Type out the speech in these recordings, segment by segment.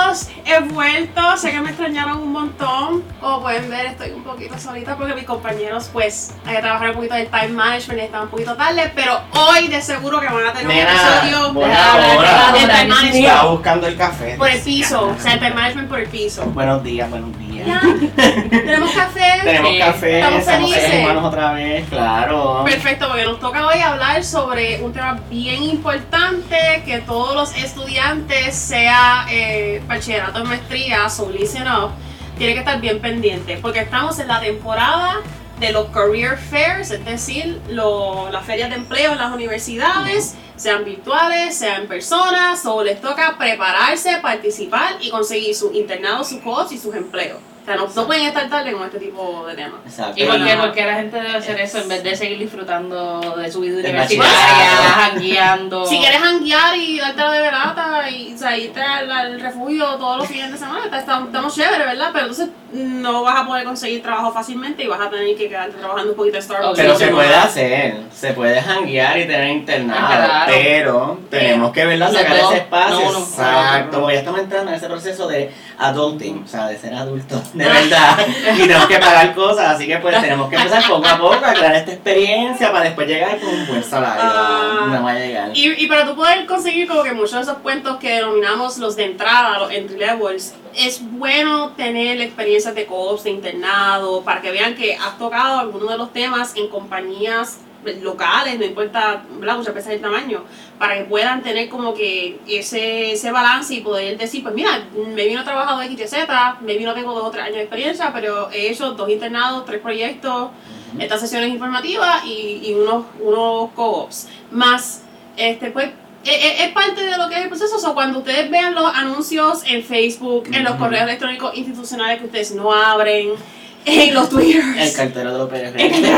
Chicos, he vuelto, sé que me extrañaron un montón. Como pueden ver, estoy un poquito solita porque mis compañeros pues hay que trabajar un poquito del time management y están un poquito tarde, pero hoy de seguro que van a tener un episodio del time management. Estaba buscando el café. Por el piso, o sea, el time management por el piso. Buenos días, buenos días. Ya, tenemos café. Tenemos café, Estamos seres felices. humanos otra vez, claro. Perfecto, porque nos toca hoy hablar sobre un tema bien importante que todos los estudiantes, sea bachillerato en maestría, so listen up, tienen que estar bien pendientes, porque estamos en la temporada de los career fairs, es decir, las ferias de empleo en las universidades, sean virtuales, sean en persona, so les toca prepararse, participar y conseguir sus internados, sus co-ops y sus empleos. O sea, no pueden estar tarde con este tipo de temas. Exacto. ¿Y por qué la gente debe hacer eso en vez de seguir disfrutando de su vida Del universitaria, bachillerato? jangueando? Si quieres janguear y darte la de velata y, o sea, irte al refugio todos los fines de semana, estamos chéveres, ¿verdad? Pero entonces no vas a poder conseguir trabajo fácilmente y vas a tener que quedarte trabajando un poquito de Starbucks. Pero se Sí. puede hacer, se puede janguear y tener internado, Claro. pero tenemos que verla, sacar No, ese espacio, no, no, exacto, no. porque ya estamos entrando en ese proceso de adulting, o sea, de ser adultos, de verdad, y tenemos que pagar cosas, así que pues tenemos que empezar poco a poco a crear esta experiencia para después llegar con un buen salario, no va a llegar. Y para tú poder conseguir como que muchos de esos puestos que denominamos los de entrada, los entry levels, es bueno tener experiencias de co-ops, de internado, para que vean que has tocado algunos de los temas en compañías locales, no importa, ¿verdad? Muchas veces el tamaño, para que puedan tener como que ese balance y poder decir, pues mira, me vino trabajado X, Y, Z, me vino tengo 2 o 3 años de experiencia, pero he hecho 2 internados, 3 proyectos, estas sesiones informativas y unos co-ops. Más, pues, es parte de lo que es el proceso. O sea, cuando ustedes vean los anuncios en Facebook, en los correos electrónicos institucionales que ustedes no abren, en los Twitters, El cartero de los PRF.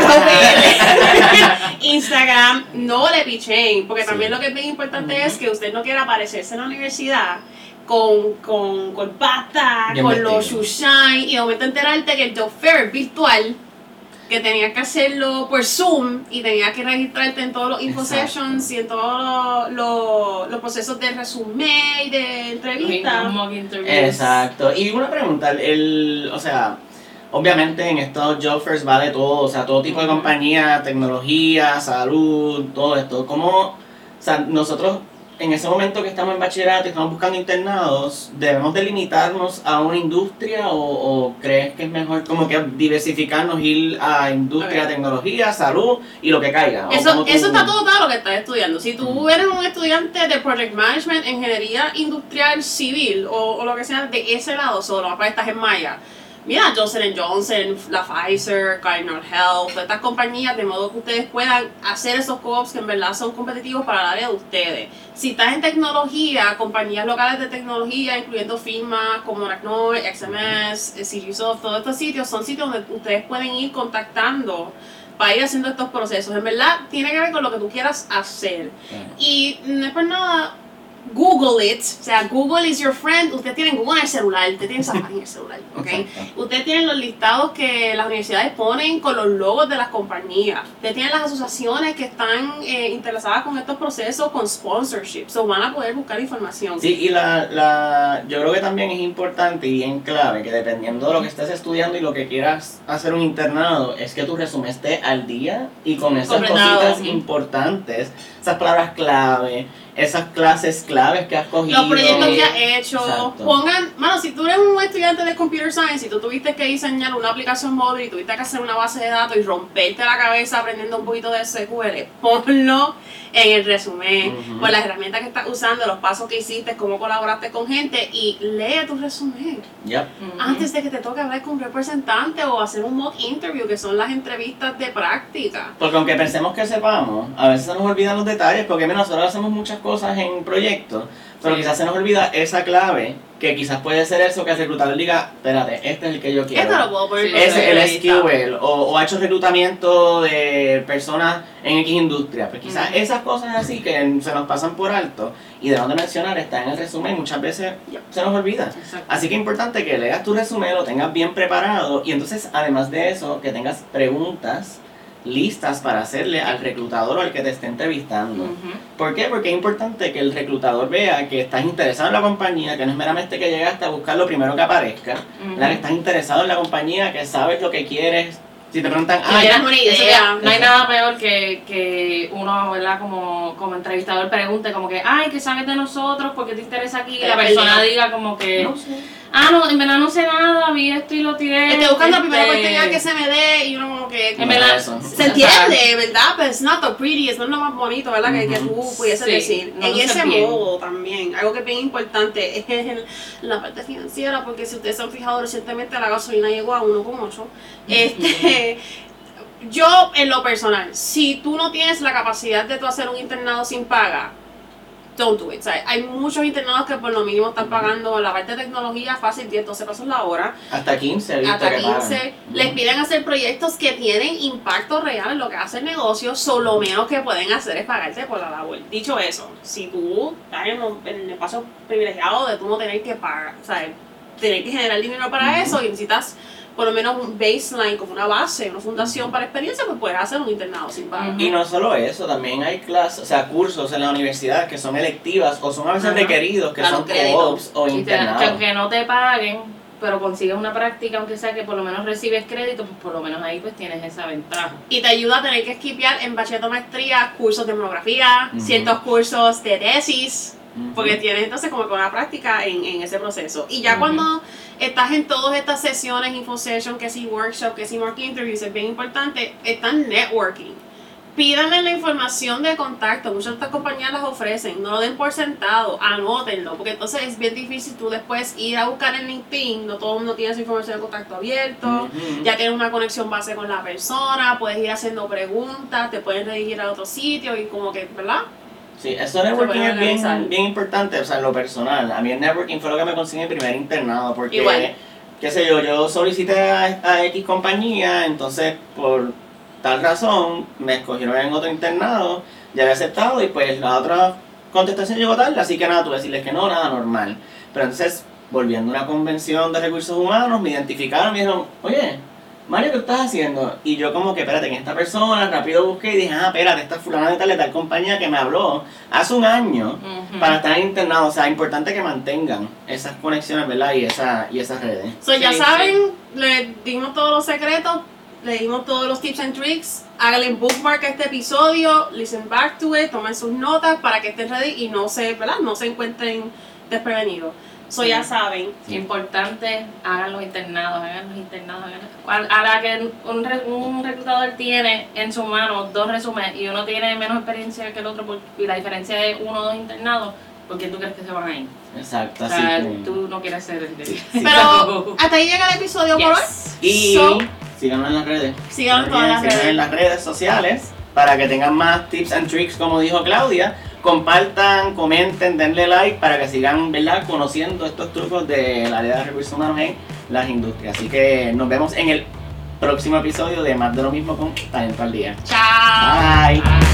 Instagram, no le pichen, porque también Sí. lo que es bien importante es que usted no quiera aparecerse en la universidad con corbata, Bien con vestido. los shoe shine, y de momento enterarte que el job fair virtual, que tenías que hacerlo por Zoom y tenías que registrarte en todos los info Exacto. sessions y en todos los procesos de resumen y de entrevista. Mock interviews. Exacto. Y una pregunta, o sea, obviamente en estos job fairs va de todo, o sea, todo tipo de compañía, tecnología, salud, todo esto. ¿Cómo, o sea, nosotros en ese momento que estamos en bachillerato y estamos buscando internados, debemos de limitarnos a una industria o crees que es mejor como que diversificarnos, ir a industria, A ver. tecnología, salud y lo que caiga? ¿O Eso cómo tú- está todo dado lo que estás estudiando. Si tú eres un estudiante de Project Management, Ingeniería Industrial Civil o lo que sea de ese lado, solo para estás en Maya. Mira, Johnson Johnson, la Pfizer, Cardinal Health, todas estas compañías, de modo que ustedes puedan hacer esos co-ops que en verdad son competitivos para el área de ustedes. Si estás en tecnología, compañías locales de tecnología, incluyendo firmas como Ragnor, XMS, CGSoft, todos estos sitios son sitios donde ustedes pueden ir contactando para ir haciendo estos procesos. En verdad, tiene que ver con lo que tú quieras hacer. Claro. Y no es por nada, Google it, o sea, Google is your friend. Ustedes tienen Google en el celular, ustedes tienen Safari en el celular, ¿ok? Exacto. Ustedes tienen los listados que las universidades ponen con los logos de las compañías. Ustedes tienen las asociaciones que están interlazadas con estos procesos con sponsorships, o van a poder buscar información. Sí, y yo creo que también es importante y bien clave que dependiendo de lo que estés estudiando y lo que quieras hacer un internado, es que tu resumen esté al día y con esas Completado. cositas importantes, esas palabras clave, esas clases claves que has cogido. Los proyectos que has hecho, Exacto. pongan, mano, si tú eres un estudiante de Computer Science y tú tuviste que diseñar una aplicación móvil y tuviste que hacer una base de datos y romperte la cabeza aprendiendo un poquito de SQL, ponlo en el resumen, Ujú. con las herramientas que estás usando, los pasos que hiciste, cómo colaboraste con gente y lee tu resumen Yep. antes de que te toque hablar con un representante o hacer un mock interview, que son las entrevistas de práctica. Porque aunque pensemos que sepamos, a veces se nos olvidan los detalles, porque mira, nosotros hacemos muchas cosas en proyectos, pero quizás se nos olvida esa clave, que quizás puede ser eso que el reclutador diga, espérate, este es el que yo quiero. Esto lo puedo poner Sí, en Es el entrevista. SQL o ha hecho reclutamiento de personas en X industria. Pues quizás Ujú. esas cosas así que se nos pasan por alto y debemos de mencionar está en el resumen y muchas veces se nos olvida. Exacto. Así que es importante que leas tu resumen, lo tengas bien preparado y entonces además de eso que tengas preguntas listas para hacerle al reclutador o al que te esté entrevistando. Ujú. ¿Por qué? Porque es importante que el reclutador vea que estás interesado en la compañía, que no es meramente que llegaste a buscar lo primero que aparezca, ¿verdad? Que estás interesado en la compañía, que sabes lo que quieres. Si te preguntan, Que tienes una Eso idea. ya, no hay nada peor que uno, ¿verdad? Como entrevistador pregunte como que, ay, ¿qué sabes de nosotros? ¿Por qué te interesa aquí? Y la Te persona perdió. diga como que, no sé. no, en verdad no sé nada, vi esto y lo tiré. Estoy buscando la primera este, oportunidad que se me dé y uno como que... En verdad, Eso. Se entiende, ¿verdad? Pero it's not the prettiest, no es lo más bonito, ¿verdad? Que tú pudieses Sí, decir. no En luce ese bien. modo también, algo que es bien importante es la parte financiera, porque si ustedes se han fijado recientemente la gasolina llegó a 1,8. Yo, en lo personal, si tú no tienes la capacidad de tú hacer un internado sin paga, don't do it. O sea, hay muchos internados que por lo mínimo están pagando la parte de tecnología fácil 10, 12 pesos la hora. Hasta 15, he visto Hasta que 15, pagan. les piden hacer proyectos que tienen impacto real en lo que hace el negocio, lo menos que pueden hacer es pagarte por la labor. Dicho eso, si tú estás en el espacio privilegiado de tú no tener que pagar, o sea, tener que generar dinero para eso y necesitas por lo menos un baseline, como una base, una fundación para experiencia, pues puedes hacer un internado sin pagar. Y no solo eso, también hay clases, o sea, cursos en la universidad que son electivas o son a veces Ajá. requeridos, que Claro, son crédito. co-ops o y que internados. aunque no te paguen, pero consigues una práctica, aunque sea que por lo menos recibes crédito, pues por lo menos ahí pues tienes esa ventaja. Y te ayuda a tener que skipear en bachillerato maestría cursos de monografía, Ujú. ciertos cursos de tesis, Ujú. porque tienes entonces como que una práctica en ese proceso. Y ya Ujú. cuando estás en todas estas sesiones, infosession, que si workshop, que si market interviews, es bien importante, están networking. Pídanle la información de contacto, muchas de estas compañías las ofrecen, no lo den por sentado, anótenlo, porque entonces es bien difícil tú después ir a buscar en LinkedIn, no todo el mundo tiene esa información de contacto abierto, Ujú. ya tienes una conexión base con la persona, puedes ir haciendo preguntas, te pueden redirigir a otro sitio y como que, ¿verdad? Sí, eso networking puede es organizar. bien importante, o sea, en lo personal. A mí el networking fue lo que me conseguí en mi primer internado, porque, Igual. qué sé yo solicité a X compañía, entonces por tal razón me escogieron en otro internado, ya había aceptado y pues la otra contestación llegó tarde, así que nada, tuve que decirles que no, nada, normal. Pero entonces, volviendo a una convención de recursos humanos, me identificaron y me dijeron, oye, Mario, ¿qué estás haciendo? Y yo como que, espérate, ¿quién es esta persona? Rápido busqué y dije, espérate, esta fulana de tal compañía que me habló hace un año Ujú. para estar internado. O sea, importante que mantengan esas conexiones, ¿verdad? Y esas redes. So, ya Sí, saben, le dimos todos los secretos, le dimos todos los tips and tricks. Háganle bookmark a este episodio, listen back to it, tomen sus notas para que estén ready y no se, ¿verdad? No se encuentren desprevenidos. So, ya saben. Importante, hagan los internados. A la que un reclutador tiene en su mano 2 resúmenes y uno tiene menos experiencia que el otro y la diferencia es 1 o 2 internados, ¿por qué tú crees que se van a ir? Exacto, O así sea, que... tú no quieres ser Sí. Pero hasta ahí llega el episodio por hoy. Yes. Y So, síganos en las redes. síganos en todas las Síganos redes. en las redes sociales para que tengan más tips and tricks, como dijo Claudia. Compartan, comenten, denle like para que sigan, ¿verdad?, conociendo estos trucos del área de recursos humanos en las industrias. Así que nos vemos en el próximo episodio de Más de lo Mismo con Talento al Día. Chao. Bye.